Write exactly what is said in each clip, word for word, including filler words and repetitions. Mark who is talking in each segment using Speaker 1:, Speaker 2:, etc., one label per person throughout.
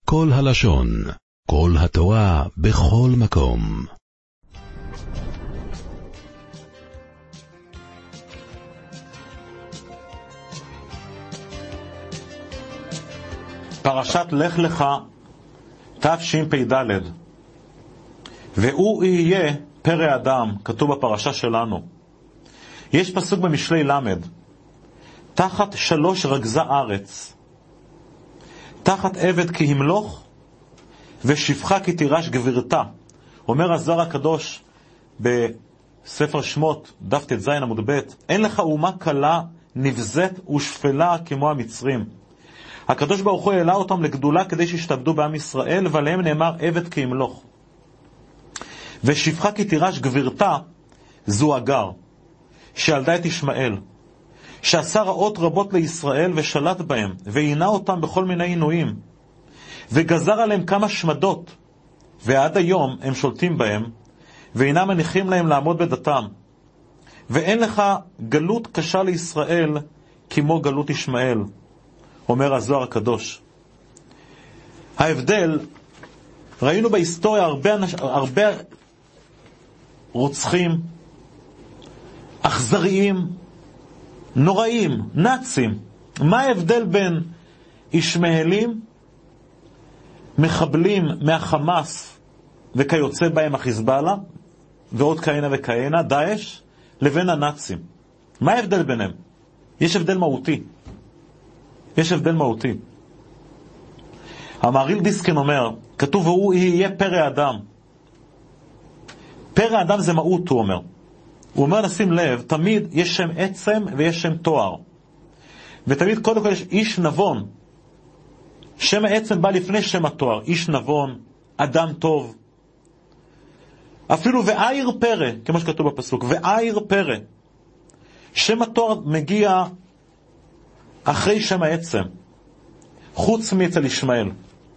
Speaker 1: כל הלשון, כל התורה, בכל מקום.
Speaker 2: פרשת לך לך תשפ"ד. והוא יהיה פרא אדם, כתוב בפרשה שלנו. יש פסוק במשלי למד, תחת שלוש רגזה ארץ, תחת עבד כי ימלוך, ושפחה כי תירש גבירתה. אומר הזוהר הקדוש בספר שמות, דף ט"ז עמוד ב', אין לך אומה קלה, נבזת ושפלה כמו המצרים. הקדוש ברוך הוא העלה אותם לגדולה כדי שישתעבדו בעם ישראל, ועליהם נאמר עבד כי ימלוך. ושפחה כי תירש גבירתה, זו הגר, שילדה את ישמעאל, שעשה רעות רבות לישראל ושלט בהם, ועינה אותם בכל מיני עינויים, וגזר עליהם כמה שמדות, ועד היום הם שולטים בהם, ואינם מניחים להם לעמוד בדתם. ואין לך גלות קשה לישראל כמו גלות ישמעאל, אומר הזוהר הקדוש. ההבדל, ראינו בהיסטוריה הרבה, הרבה רוצחים, אכזריים, נוראים, נאצים. מה ההבדל בין ישמעאלים, מחבלים מהחמאס וכיוצא בהם החיזבאללה, ועוד כהנה וכהנה, דאעש, לבין הנאצים? מה ההבדל ביניהם? יש הבדל מהותי. יש הבדל מהותי. המהרי"ל דיסקין אומר, כתוב והוא יהיה פרא אדם. פרא אדם זה מהות, הוא אומר. הוא אומר, נשים לב, תמיד יש שם עצם ויש שם תואר. ותמיד קודם כל יש איש נבון. שם העצם בא לפני שם התואר. איש נבון, אדם טוב. אפילו ועיר פרא, כמו שכתוב בפסוק, ועיר פרא. שם התואר מגיע אחרי שם העצם, חוץ מאצל ישמעאל.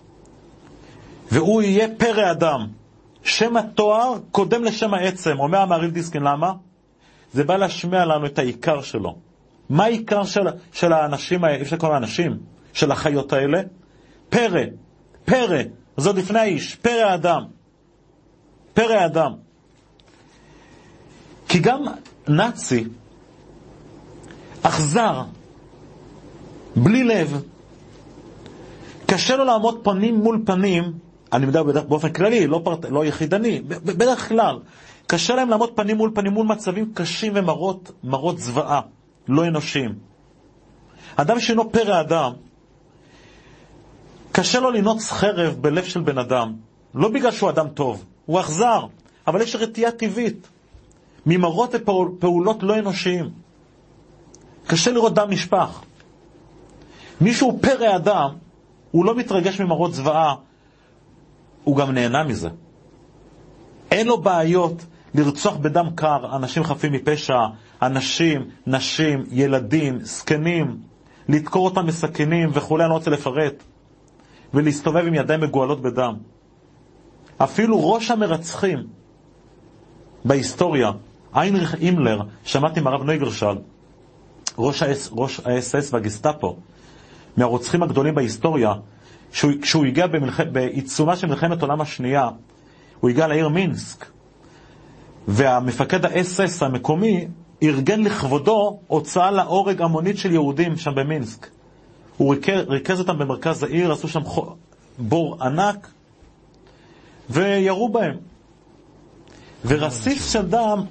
Speaker 2: והוא יהיה פרא אדם. שם התואר קודם לשם העצם. אומר המהרי"ל דיסקין, למה? זה בא להשמיע לנו את העיקר שלו. מה העיקר של, של האנשים האלה, של כל האנשים, של החיות האלה? פרא, פרא, זאת לפני האיש, פרא אדם. פרא אדם. כי גם נאצי, אכזר, בלי לב, קשה לו לעמוד פנים מול פנים, אני מדבר בדרך, באופן כללי, לא, פרט, לא יחידני, בדרך כלל, קשה להם לעמוד פנים מול פנים מול מצבים קשים ומרות, מרות זוועה, לא אנושיים. אדם שאינו פרא אדם, קשה לו לנוץ חרב בלב של בן אדם, לא בגלל שהוא אדם טוב, הוא אכזר, אבל יש רתיעה טבעית, ממרות ופעולות לא אנושיים. קשה לראות דם נשפך. מישהו פרא אדם, הוא לא מתרגש ממרות זוועה, הוא גם נהנה מזה. אין לו בעיות לרצוח בדם קר אנשים חפים מפשע, אנשים, נשים, ילדים, זקנים, לדקור אותם בסכינים וכו', אני לא רוצה לפרט, ולהסתובב עם ידיים מגואלות בדם. אפילו ראש המרצחים בהיסטוריה, איינריך הימלר, שמעתי מהרב נויגרשל, ראש ה-אס אס והגסטאפו, מהרוצחים הגדולים בהיסטוריה, כשהוא, כשהוא הגיע במלח... בעיצומה של מלחמת העולם השנייה, הוא הגיע לעיר מינסק, והמפקד ה-אס אס המקומי ארגן לכבודו הוצאה להורג המונית של יהודים שם במינסק. הוא ריכז, ריכז אותם במרכז העיר, עשו שם בור ענק, וירו בהם. ורסיס של דם,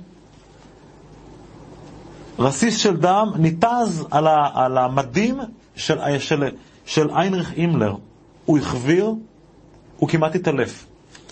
Speaker 2: רסיס של דם ניתז על, ה, על המדים של, של, של איינריך הימלר. הוא החביר, הוא כמעט התעלף.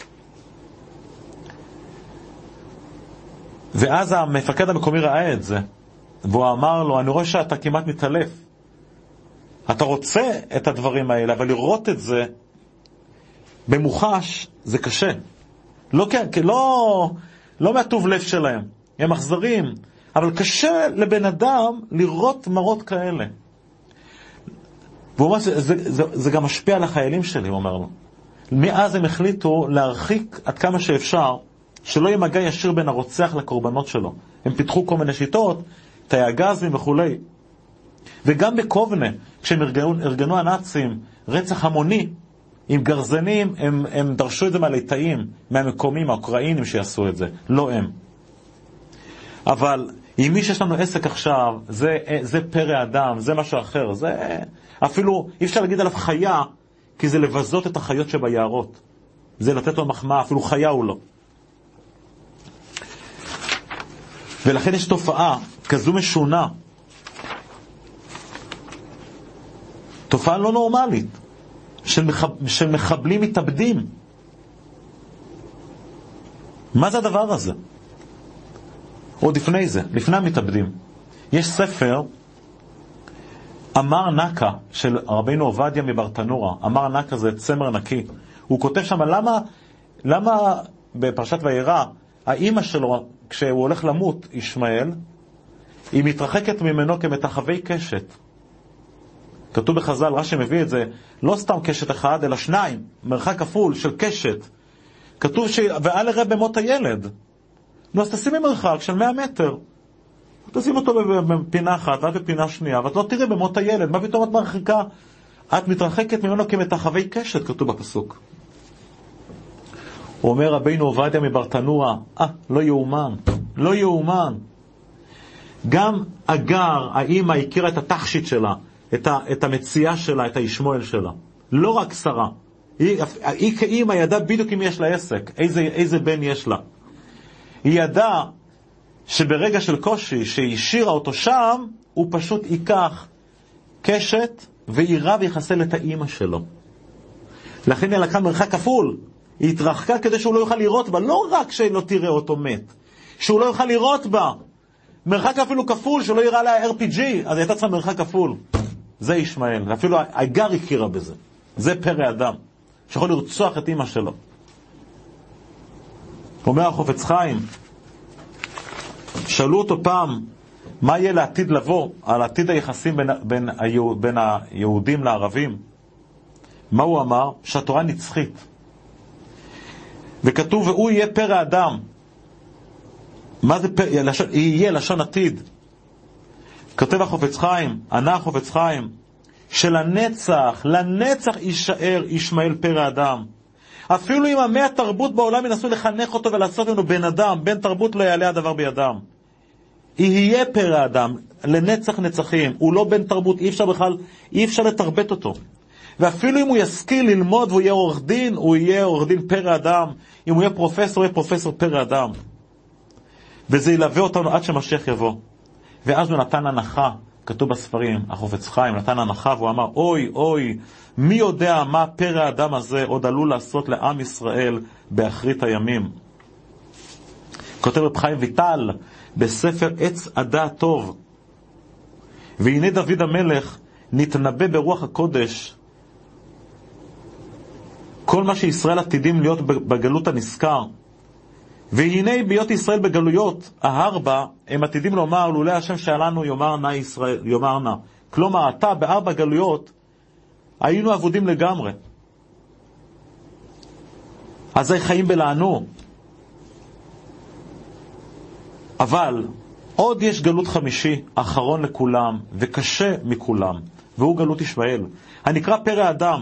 Speaker 2: ואז המפקד המקומי ראה את זה, והוא אמר לו, אני רואה שאתה כמעט מתעלף. אתה רוצה את הדברים האלה, אבל לראות את זה במוחש, זה קשה. לא, כן, לא, לא מהטוב לב שלהם. הם אכזרים, אבל קשה לבן אדם לראות מראות כאלה. והוא אומר, זה, זה, זה, זה גם משפיע על החיילים שלי, הוא אומר לו. מאז הם החליטו להרחיק עד כמה שאפשר, שלא יהיה מגע ישיר בין הרוצח לקורבנות שלו. הם פיתחו כל מיני שיטות, תאי הגזים וכו'. וגם בקובנה, כשהם ארגנו, ארגנו הנאצים רצח המוני, עם גרזנים, הם, הם דרשו את זה מהליטאים, מהמקומים, האוקראינים שיעשו את זה, לא הם. אבל עם מי שיש לנו עסק עכשיו, זה, זה פרא אדם, זה משהו אחר, זה אפילו, אי אפשר להגיד עליו חיה, כי זה לבזות את החיות שביערות. זה לתת לו מחמאה, אפילו חיה הוא לא. ולכן יש תופעה כזו משונה, תופעה לא נורמלית, של, מחב... של מחבלים מתאבדים. מה זה הדבר הזה? עוד לפני זה, לפני המתאבדים, יש ספר, אמר נקה, של רבינו עובדיה מברטנורה. אמר נקה זה צמר נקי. הוא כותב שם, למה, למה בפרשת וירא, האמא שלו, כשהוא הולך למות, ישמעאל, היא מתרחקת ממנו כמתחווי קשת. כתוב בחז"ל, רש"י מביא את זה, לא סתם קשת אחד, אלא שניים, מרחק כפול של קשת. כתוב ש... ואל יראה במות הילד. נו, אז תשימי מרחק של מאה מטר. תשים אותו בפינה אחת, ואת בפינה שנייה, ואת לא תראי במות הילד. מה פתאום את מרחיקה? את מתרחקת ממנו כמתחווי קשת, כתוב בפסוק. הוא אומר רבינו עובדיה מברטנורה, אה, לא יאומן, לא יאומן. גם אגר, האמא, הכירה את התחשית שלה, את, ה, את המציאה שלה, את הישמעאל שלה. לא רק שרה. היא, היא כאמא ידעה בדיוק אם יש לה עסק, איזה, איזה בן יש לה. היא ידעה שברגע של קושי, שהיא השאירה אותו שם, הוא פשוט ייקח קשת, ויראה ויחסל את האמא שלו. לכן היא לקחה מרחק כפול. היא התרחקה כדי שהוא לא יוכל לראות בה, לא רק שהיא לא תראה אותו מת, שהוא לא יוכל לראות בה. מרחק אפילו כפול, שהוא לא יראה לה אר פי ג'י, אז היא הייתה צריכה מרחק כפול. זה ישמעאל, ואפילו האגר הכירה בזה. זה פרא אדם, שיכול לרצוח את אמא שלו. אומר החפץ חיים, שאלו אותו פעם, מה יהיה לעתיד לבוא, על עתיד היחסים בין, בין, היהוד, בין היהודים לערבים? מה הוא אמר? שהתורה נצחית. וכתוב, והוא יהיה פרא אדם. מה זה פרא? לשון, יהיה לשון עתיד. כותב החפץ חיים, ענה החפץ חיים, שלנצח, לנצח יישאר ישמעאל פרא אדם. אפילו אם עמי התרבות בעולם ינסו לחנך אותו ולעשות ממנו בן אדם, בן תרבות לא יעלה הדבר בידם. יהיה פרא אדם, לנצח נצחים. הוא לא בן תרבות, אי אפשר בכלל, אי אפשר לתרבט אותו. ואפילו אם הוא ישכיל ללמוד והוא יהיה עורך דין, הוא יהיה עורך דין פרא אדם. אם הוא יהיה פרופסור, יהיה פרופסור פרא אדם. וזה ילווה אותנו עד שמשיח יבוא. ואז הוא נתן הנחה, כתוב בספרים, החפץ חיים נתן הנחה והוא אמר, אוי, אוי, מי יודע מה פרא האדם הזה עוד עלול לעשות לעם ישראל באחרית הימים. כותב רב חיים ויטל בספר עץ הדעת טוב, והנה דוד המלך נתנבא ברוח הקודש, כל מה שישראל עתידים להיות בגלות הנזכר, והנה ביות ישראל בגלויות, הארבע, הם עתידים לומר, לולא השם שאלנו יאמר נא ישראל, יאמר נא. כלומר, אתה בארבע גלויות, היינו עבודים לגמרי. אז זה חיים בלענו. אבל, עוד יש גלות חמישי, אחרון לכולם, וקשה מכולם, והוא גלות ישמעאל. הנקרא פרא אדם.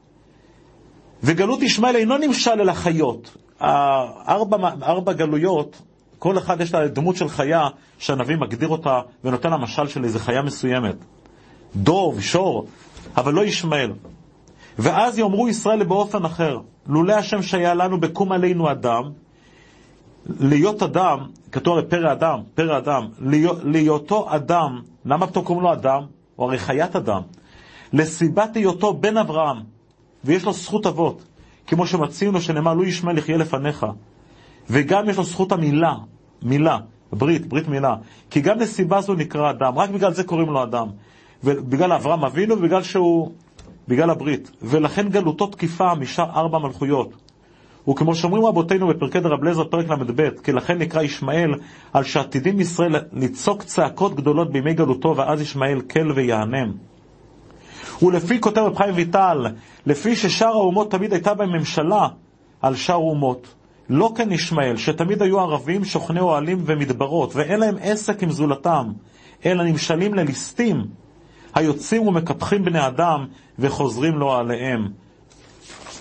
Speaker 2: וגלות ישמעאל אינו נמשל אל החיות. ארבע, ארבע גלויות, כל אחד יש לה דמות של חיה שהנביא מגדיר אותה ונותן המשל של איזו חיה מסוימת. דוב, שור, אבל לא ישמעאל. ואז יאמרו ישראל באופן אחר, לולא השם שהיה לנו בקום עלינו אדם, להיות אדם, כתוב הרי פרא אדם, פרא אדם, להיותו אדם, למה פתאום קוראים לו אדם? הוא הרי חיית אדם. לסיבת היותו בן אברהם, ויש לו זכות אבות. כמו שמציעים לו שנאמר, לא ישמעאל יחיה לפניך. וגם יש לו זכות המילה, מילה, ברית, ברית מילה. כי גם לסיבה זו נקרא אדם, רק בגלל זה קוראים לו אדם. ובגלל אברהם אבינו ובגלל שהוא, בגלל הברית. ולכן גלותו תקיפה משאר ארבע מלכויות. וכמו שאומרים רבותינו בפרקי דרב אליעזר פרק למד ב', כי לכן נקרא ישמעאל, על שעתידים ישראל לצעוק צעקות גדולות בימי גלותו, ואז ישמעאל כל ויענם. ולפי כותב רב חיים ויטל, לפי ששאר האומות תמיד הייתה בהם ממשלה על שאר האומות, לא כן ישמעאל, שתמיד היו ערבים שוכני אוהלים ומדברות, ואין להם עסק עם זולתם, אלא נמשלים לליסטים, היוצאים ומקפחים בני אדם וחוזרים לו עליהם.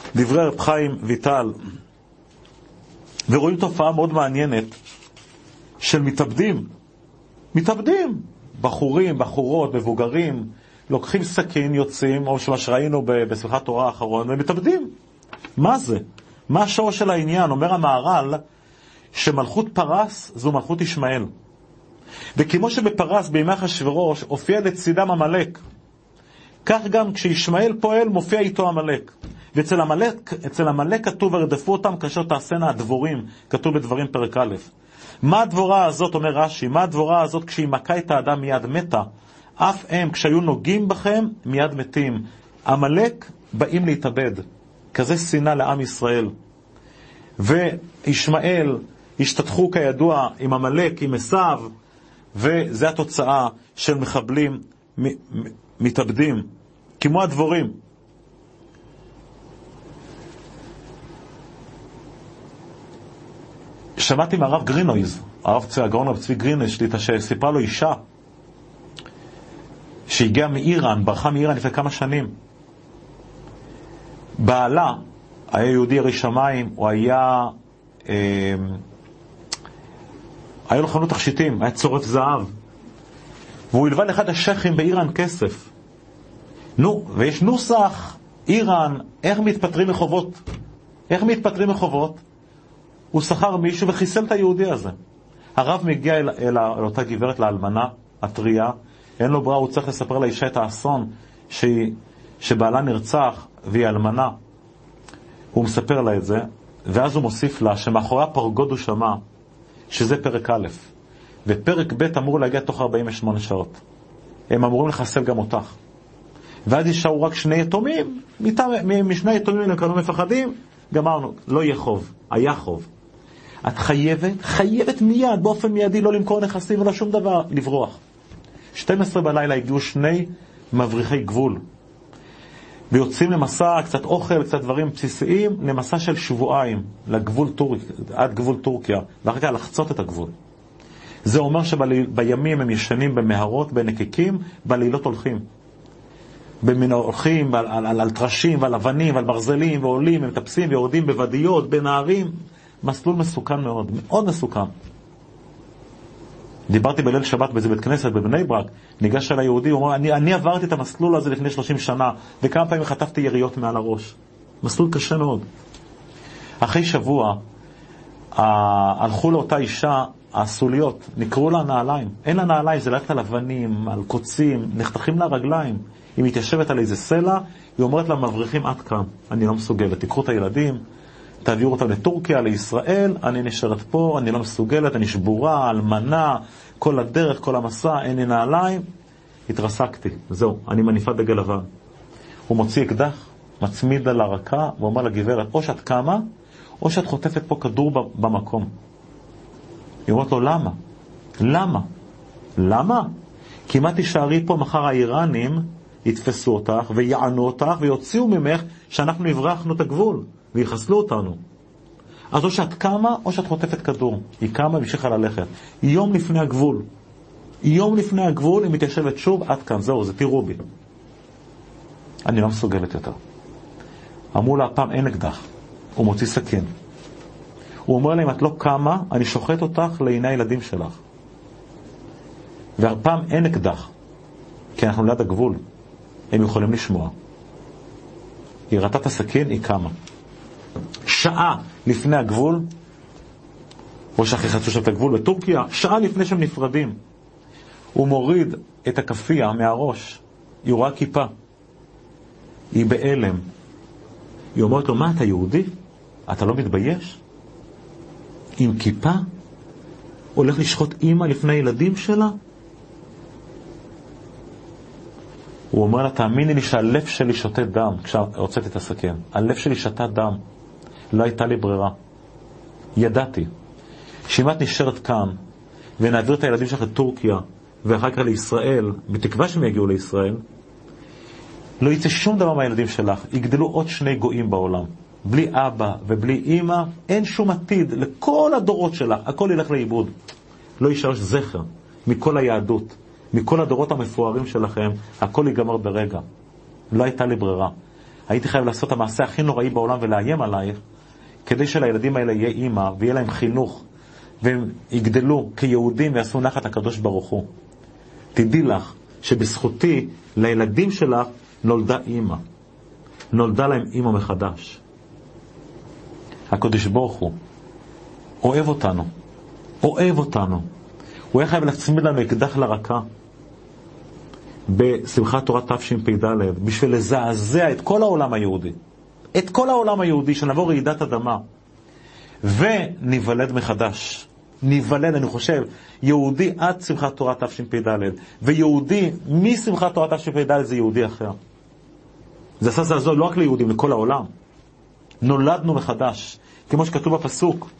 Speaker 2: דברי רב חיים ויטל, ורואים תופעה מאוד מעניינת של מתאבדים. מתאבדים, בחורים, בחורות, מבוגרים, לוקחים סכין, יוצאים, או שמה שראינו בשמחת תורה האחרון, ומתאבדים. מה זה? מה השור של העניין? אומר המהר"ל שמלכות פרס זו מלכות ישמעאל. וכמו שבפרס בימי אחשוורוש הופיע לצידם עמלק, כך גם כשישמעאל פועל מופיע איתו עמלק. ואצל עמלק, אצל עמלק כתוב ורדפו אותם כאשר תעשינה הדבורים, כתוב בדברים פרק א'. מה הדבורה הזאת, אומר רש"י, מה הדבורה הזאת כשהיא מכה את האדם מיד מתה? אף הם כשהיו נוגעים בכם מיד מתים. עמלק באים להתאבד. כזה שנאה לעם ישראל. וישמעאל השתתחו כידוע עם עמלק, עם עשיו, וזה התוצאה של מחבלים מתאבדים, כמו הדבורים. שמעתי מהרב גרינויז, הרב הגאון רב צבי גרינויז, שסיפרה לו אישה שהגיעה מאיראן, ברחה מאיראן לפני כמה שנים. בעלה היה יהודי ירא שמיים, הוא היה אה, היה לו חנות תכשיטים, היה צורף זהב, והוא הלווה לאחד השייחים באיראן כסף. נו, ויש נוסח איראן, איך מתפטרים מחובות. איך מתפטרים מחובות? הוא שכר מישהו וחיסל את היהודי הזה. הרב מגיע אל, אל, אל אותה גברת לאלמנה, הטריה, אין לו ברירה, הוא צריך לספר לאישה את האסון שהיא, שבעלה נרצח והיא אלמנה. הוא מספר לה את זה, ואז הוא מוסיף לה שמאחורי הפרגוד הוא שמע שזה פרק א', ופרק ב' אמור להגיע תוך ארבעים ושמונה שעות. הם אמורים לחסל גם אותך. ואז יישארו רק שני יתומים, משני יתומים הם כאלה מפחדים, גמרנו, לא יהיה חוב, היה חוב. את חייבת, חייבת מיד, באופן מיידי, לא למכור נכסים ולא שום דבר, לברוח. שתים עשרה בלילה הגיעו שני מבריחי גבול, ויוצאים למסע, קצת אוכל, קצת דברים בסיסיים, למסע של שבועיים, לגבול טורק, עד גבול טורקיה, ואחר כך לחצות את הגבול. זה אומר שבימים הם ישנים במהרות, בנקקים, בלילות הולכים. במין הולכים על, על, על, על טרשים ועל אבנים ועל ברזלים, ועולים, הם מטפסים ויורדים בוודיות, בנערים. מסלול מסוכן מאוד, מאוד מסוכן. דיברתי בליל שבת באיזה בית כנסת בבני ברק, ניגש על היהודי, הוא אומר, אני, אני עברתי את המסלול הזה לפני שלושים שנה, וכמה פעמים חטפתי יריות מעל הראש. מסלול קשה מאוד. אחרי שבוע, הלכו לאותה אישה, הסוליות, נקראו לה נעליים. אין לה נעליים, זה ללכת על אבנים, על קוצים, נחתכים לה רגליים. היא מתיישבת על איזה סלע, היא אומרת למבריחים, עד כאן, אני לא מסוגלת, תיקחו את הילדים, תעבירו אותם לטורקיה, לישראל, אני נשארת פה, אני לא מסוגלת, אני שבורה, אלמנה, כל הדרך, כל המסע, אין לי נעליים. התרסקתי, זהו, אני מניפה דגל לבן. הוא מוציא אקדח, מצמיד על הרקה, ואומר לגברת, או שאת קמה, או שאת חוטפת פה כדור במקום. היא אומרת לו, למה? למה? למה? כי מה תישארי פה, מחר האיראנים יתפסו אותך ויענו אותך ויוציאו ממך שאנחנו הברחנו את הגבול ויחסלו אותנו. אז או שאת קמה או שאת חוטפת כדור. היא קמה והמשיכה ללכת. יום לפני הגבול. יום לפני הגבול היא מתיישבת שוב, עד כאן, זהו, זה תראו בי. אני לא מסוגלת יותר. אמרו לה, הפעם אין אקדח. הוא מוציא סכין. הוא אומר לה, אם את לא קמה, אני שוחט אותך לעיני הילדים שלך. והפעם אין אקדח. כי אנחנו ליד הגבול. הם יכולים לשמוע. היא ראתה את הסכין, היא קמה. שעה לפני הגבול, או שאחרי חצו שם את הגבול בטורקיה, שעה לפני שהם נפרדים, הוא מוריד את הכפייה מהראש. היא רואה כיפה. היא באלם. היא אומרת לו, מה אתה יהודי? אתה לא מתבייש? עם כיפה? הולך לשחוט אמא לפני ילדים שלה? הוא אומר לה, תאמיני לי שהלב שלי שותה דם כשהוצאת את הסכין. הלב שלי שתה דם. לא הייתה לי ברירה. ידעתי שאם את נשארת כאן ונעביר את הילדים שלך לטורקיה ואחר כך לישראל, בתקווה שהם יגיעו לישראל, לא יצא שום דבר מהילדים שלך. יגדלו עוד שני גויים בעולם. בלי אבא ובלי אמא, אין שום עתיד לכל הדורות שלך. הכל ילך לאיבוד. לא יישאר זכר מכל היהדות. מכל הדורות המפוארים שלכם, הכל ייגמר ברגע. לא הייתה לי ברירה. הייתי חייב לעשות המעשה הכי נוראי בעולם ולאיים עלייך, כדי שלילדים האלה יהיה אימא ויהיה להם חינוך, והם יגדלו כיהודים ויעשו נחת הקדוש ברוך הוא. תדעי לך שבזכותי לילדים שלך נולדה אימא. נולדה להם אימא מחדש. הקדוש ברוך הוא אוהב אותנו. אוהב אותנו. הוא היה חייב להצמיד לנו אקדח לרקה בשמחת תורה תשפ"ד בשביל לזעזע את כל העולם היהודי. את כל העולם היהודי, שנעבור רעידת אדמה וניוולד מחדש. ניוולד, אני חושב, יהודי עד שמחת תורה תשפ"ד, ויהודי משמחת תורה תשפ"ד זה יהודי אחר. זה עשה זעזוע לא רק ליהודים, לכל העולם. נולדנו מחדש, כמו שכתוב בפסוק.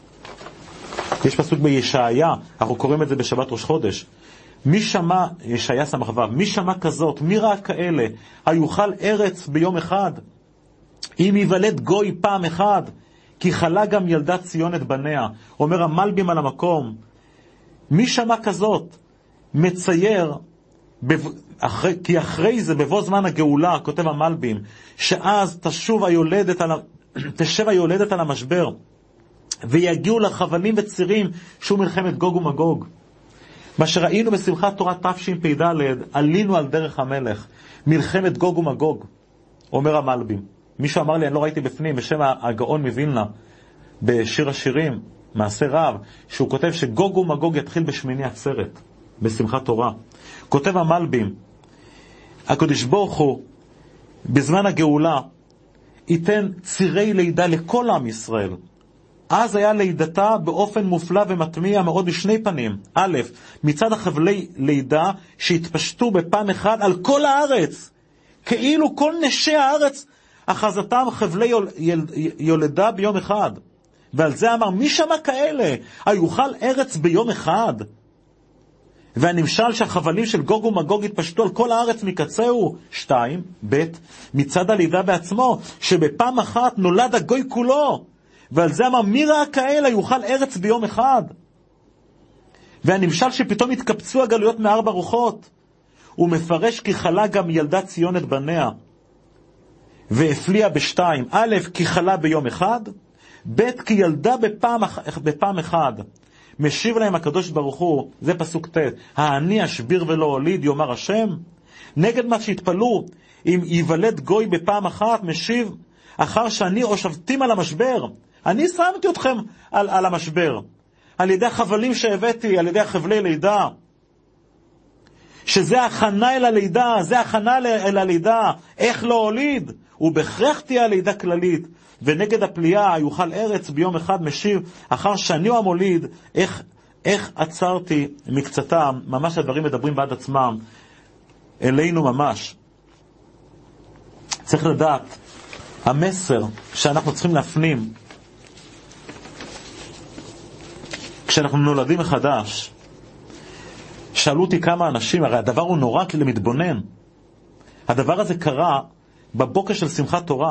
Speaker 2: יש פסוק בישעיה, אנחנו קוראים את זה בשבת ראש חודש. מי שמע, ישעיה סמך ו', מי שמע כזאת, מי ראה כאלה, היוכל ארץ ביום אחד, אם ייוולד גוי פעם אחד, כי חלה גם ילדת ציון את בניה. אומר המלבים על המקום, מי שמע כזאת, מצייר, בב... אחרי... כי אחרי זה, בבוא זמן הגאולה, כותב המלבים, שאז תשוב היולדת על... תשב היולדת על המשבר, ויגיעו לחבלים וצירים, שהוא מלחמת גוג ומגוג. מה שראינו בשמחת תורה תשפ"ד, עלינו על דרך המלך, מלחמת גוג ומגוג, אומר המלבים. מישהו אמר לי, אני לא ראיתי בפנים, בשם הגאון מווילנה, בשיר השירים, מעשה רב, שהוא כותב שגוג ומגוג יתחיל בשמיני עצרת, בשמחת תורה. כותב המלבים, הקדוש ברוך הוא, בזמן הגאולה, ייתן צירי לידה לכל עם ישראל. אז היה לידתה באופן מופלא ומטמיע מאוד בשני פנים. א', מצד החבלי לידה שהתפשטו בפעם אחד על כל הארץ, כאילו כל נשי הארץ, אחזתם חבלי יול, יל, יולדה ביום אחד. ועל זה אמר, מי שמע כאלה? היוכל ארץ ביום אחד? והנמשל שהחבלים של גוג ומגוג התפשטו על כל הארץ מקצהו. שתיים, ב', מצד הלידה בעצמו, שבפעם אחת נולד הגוי כולו. ועל זה אמר, מי ראה כאלה? יוכל ארץ ביום אחד? והנמשל שפתאום התקפצו הגלויות מארבע רוחות. הוא מפרש כי חלה גם ילדת ציון את בניה. והפליאה בשתיים, א', כי חלה ביום אחד, ב', כי ילדה בפעם, בפעם אחד. משיב להם הקדוש ברוך הוא, זה פסוק ת', העני אשביר ולא הוליד, יאמר השם. נגד מה שהתפלו, אם ייוולד גוי בפעם אחת, משיב, אחר שאני הושבתים על המשבר. אני שמתי אתכם על, על המשבר. על ידי החבלים שהבאתי, על ידי החבלי לידה. שזה הכנה אל הלידה, זה הכנה אל הלידה. איך לא הוליד? ובכרח תהיה הלידה כללית. ונגד הפליאה יוכל ארץ ביום אחד משיב, אחר שאני הוא המוליד, איך, איך עצרתי מקצתם, ממש הדברים מדברים בעד עצמם, אלינו ממש. צריך לדעת, המסר שאנחנו צריכים להפנים, כשאנחנו נולדים מחדש, שאלו אותי כמה אנשים, הרי הדבר הוא נורא למתבונן. הדבר הזה קרה בבוקר של שמחת תורה.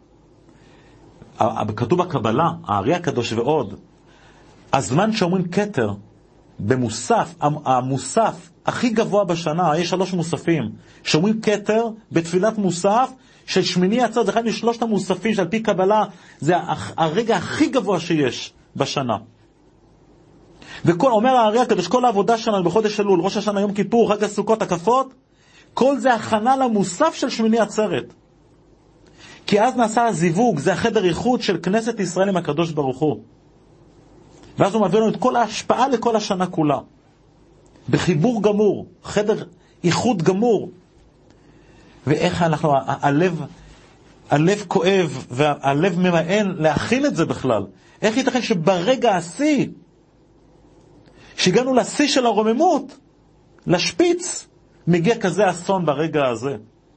Speaker 2: כתוב בקבלה, הארי הקדוש ועוד, הזמן שאומרים כתר, במוסף, המוסף הכי גבוה בשנה, יש שלוש מוספים, שאומרים כתר בתפילת מוסף, של שמיני עצרת, זה אחד משלושת המוספים שעל פי קבלה, זה הרגע הכי גבוה שיש בשנה. וכל, אומר הארי הקדוש, כל העבודה שלנו בחודש אלול, ראש השנה, יום כיפור, חג הסוכות, הקפות, כל זה הכנה למוסף של שמיני עצרת. כי אז נעשה הזיווג, זה החדר איחוד של כנסת ישראל עם הקדוש ברוך הוא. ואז הוא מביא לנו את כל ההשפעה לכל השנה כולה. בחיבור גמור, חדר איחוד גמור. ואיך אנחנו, הלב, הלב כואב והלב ממאן להכיל את זה בכלל. איך ייתכן שברגע השיא, שהגענו לשיא של הרוממות, לשפיץ, מגיע כזה אסון ברגע הזה.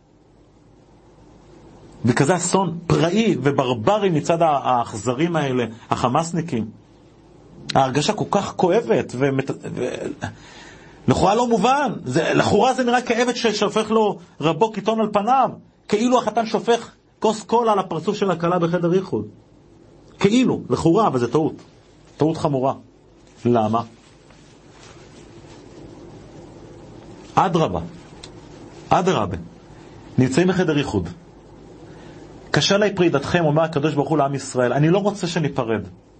Speaker 2: וכזה אסון פראי וברברי מצד האכזרים האלה, החמאסניקים. ההרגשה כל כך כואבת, ומת... ו... לכאורה לא מובן. זה... לכאורה זה נראה כאבד ששופך לו רבו קיטון על פניו. כאילו החתן שופך כוס קולה על הפרצוף של הכלה בחדר איחוד. כאילו, לכאורה, אבל זה טעות. טעות חמורה. למה? עד רבה. עד רבה. נמצאים בחדר איחוד. קשה לי פרידתכם, אומר הקדוש ברוך הוא לעם ישראל, אני לא רוצה שניפרד.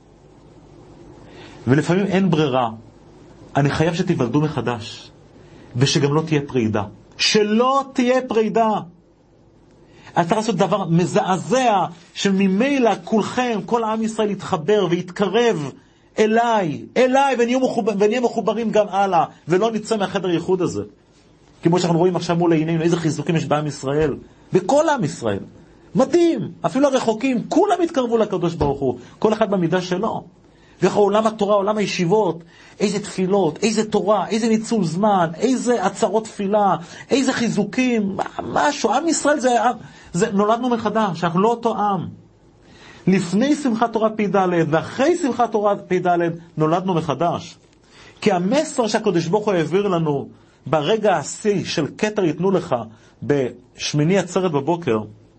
Speaker 2: ולפעמים אין ברירה, אני חייב שתיוולדו מחדש, ושגם לא תהיה פרידה. שלא תהיה פרידה. אתה צריך לעשות דבר מזעזע, שממילא כולכם, כל העם ישראל יתחבר ויתקרב אליי, אליי, ונהיה, מחובר, ונהיה מחוברים גם הלאה, ולא נצא מהחדר ייחוד הזה. כמו שאנחנו רואים עכשיו מול עינינו, איזה חיזוקים יש בעם ישראל, בכל עם ישראל. מדהים, אפילו הרחוקים, כולם התקרבו לקדוש ברוך הוא, כל אחד במידה שלו. וכך עולם התורה, עולם הישיבות, איזה תפילות, איזה תורה, איזה ניצול זמן, איזה עצרות תפילה, איזה חיזוקים, משהו. עם ישראל זה, זה נולדנו מחדש, אנחנו לא אותו עם. לפני שמחת תורה פ"ד ואחרי שמחת תורה פ"ד נולדנו מחדש. כי המסר שהקדוש ברוך הוא העביר לנו ברגע השיא של כתר יתנו לך בשמיני עצרת בבוקר,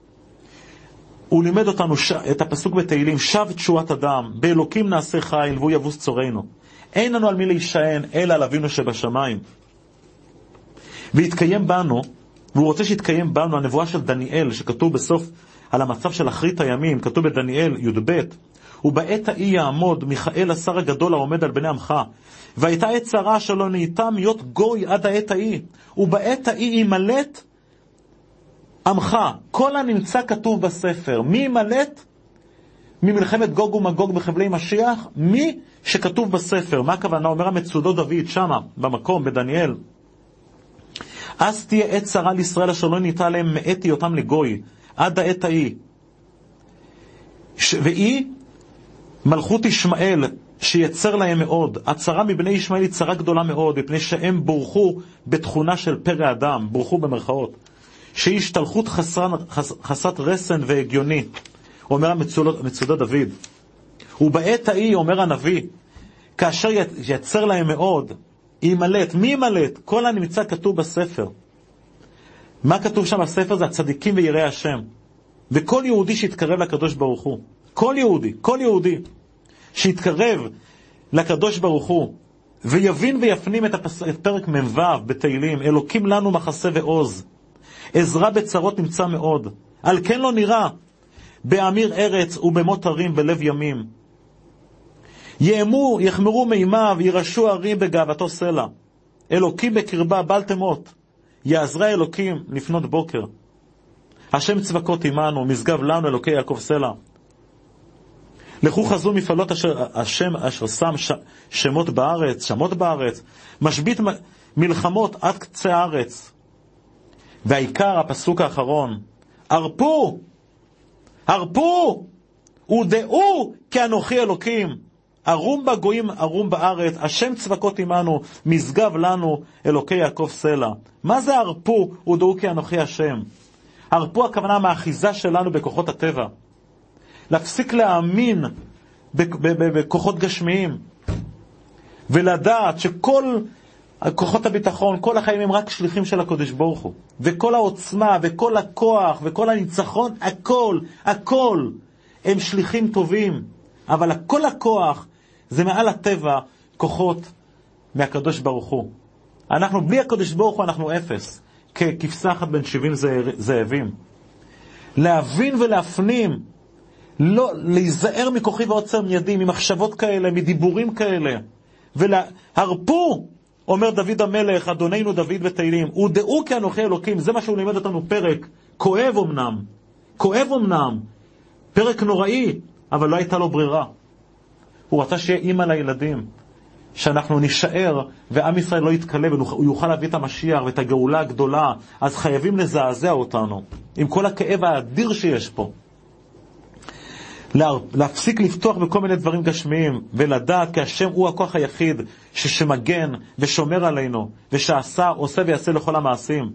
Speaker 2: הוא לימד אותנו ש... את הפסוק בתהילים, שב תשועת אדם, באלוקים נעשה חיל והוא יבוס צורנו. אין לנו על מי להישען אלא על אבינו שבשמיים. והתקיים בנו, והוא רוצה שיתקיים בנו הנבואה של דניאל, שכתוב בסוף על המצב של אחרית הימים, כתוב בדניאל י"ב, ובעת ההיא יעמוד מיכאל השר הגדול העומד על בני עמך, והייתה עת צרה שלא נהייתה להיות גוי עד העת ההיא, ובעת ההיא ימלט עמך. כל הנמצא כתוב בספר, מי ימלט? ממלחמת גוג ומגוג בחבלי משיח, מי שכתוב בספר. מה הכוונה? אומר המצודות דוד שמה במקום בדניאל, אז תהיה עת צרה לישראל אשר לא נהייתה להם מעת היותם לגוי עד העת ההיא, ש... והיא מלכות ישמעאל שיצר להם מאוד. הצרה מבני ישמעאל היא צרה גדולה מאוד, מפני שהם בורחו בתכונה של פרא אדם, בורחו במרכאות, שהיא השתלחות חסר, חס, חסרת רסן והגיוני, אומר המצודות דוד. ובעת ההיא, אומר הנביא, כאשר יצר להם מאוד, ימלט. מי ימלט? כל הנמצא כתוב בספר. מה כתוב שם בספר? זה הצדיקים ויראי השם. וכל יהודי שיתקרב לקדוש ברוך הוא, כל יהודי, כל יהודי שיתקרב לקדוש ברוך הוא, ויבין ויפנים את, הפס... את פרק מ"ו בתהילים, אלוקים לנו מחסה ועוז, עזרה בצרות נמצא מאוד, על כן לא נראה, באמיר ארץ ובמות הרים בלב ימים. יאמו, יחמרו מימיו, ירשו הרים בגאוותו סלע. אלוקים בקרבה בל תמות, יעזרה אלוקים לפנות בוקר. השם צבקות עמנו, משגב לנו אלוקי יעקב סלע. לכו חזו מפעלות אשר, השם אשר שם ש, שמות בארץ, שמות בארץ, משבית מלחמות עד קצה הארץ. והעיקר הפסוק האחרון, הרפו, הרפו, ודעו כי אנוכי אלוקים, ארום בגויים ארום בארץ, השם צבקות עמנו, משגב לנו אלוקי יעקב סלע. מה זה הרפו ודעו כי אנוכי השם? הרפו הכוונה מהאחיזה שלנו בכוחות הטבע, להפסיק להאמין בכוחות גשמיים, ולדעת שכל כוחות הביטחון, כל החיים הם רק שליחים של הקדוש ברוך הוא, וכל העוצמה וכל הכוח וכל הניצחון, הכל, הכל הם שליחים טובים, אבל כל הכוח זה מעל הטבע, כוחות מהקדוש ברוך הוא. אנחנו בלי הקדוש ברוך הוא אנחנו אפס, ככבשה אחת בין שבעים זאבים. להבין ולהפנים, לא להיזהר מכוחי ועוצר מידי, ממחשבות כאלה, מדיבורים כאלה, ולהרפו, אומר דוד המלך, אדוננו דוד בתהילים, ודעו כי אנוכי אלוקים. זה מה שהוא לימד אותנו, פרק כואב אמנם, כואב אמנם, פרק נוראי, אבל לא הייתה לו ברירה. הוא רצה שיהיה אימא לילדים, שאנחנו נשאר ועם ישראל לא יתקלה, והוא יוכל להביא את המשיח ואת הגאולה הגדולה. אז חייבים לזעזע אותנו עם כל הכאב האדיר שיש פה, להפסיק לפתוח בכל מיני דברים גשמיים, ולדעת כי השם הוא הכוח היחיד ששמגן ושומר עלינו, ושעשה, עושה ויעשה לכל המעשים.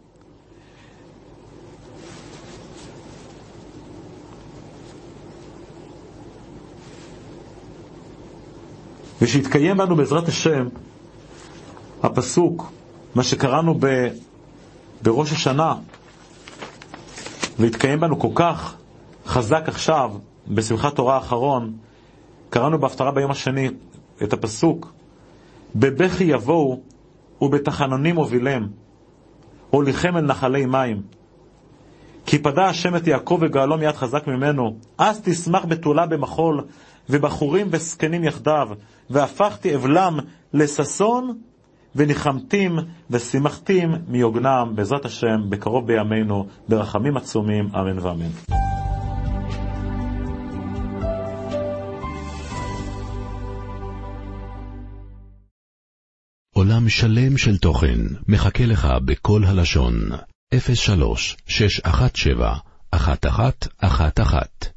Speaker 2: ושיתקיים בנו בעזרת השם הפסוק, מה שקראנו ב, בראש השנה, והתקיים בנו כל כך חזק עכשיו בשמחת תורה האחרון, קראנו בהפטרה ביום השני את הפסוק, בבכי יבואו ובתחנונים הובילם, הוליכם אל נחלי מים. כי פדה השם את יעקב וגאלו מיד חזק ממנו, אז תשמח בתולה במחול, ובחורים וזקנים יחדיו, והפכתי אבלם לששון, וניחמתים ושימחתים מיוגנם, בעזרת השם, בקרוב בימינו, ברחמים עצומים, אמן ואמן.
Speaker 1: עולם שלם של תוכן מחכה לך בכל הלשון. אפס שלוש שש אחת שבע אחת אחת אחת אחת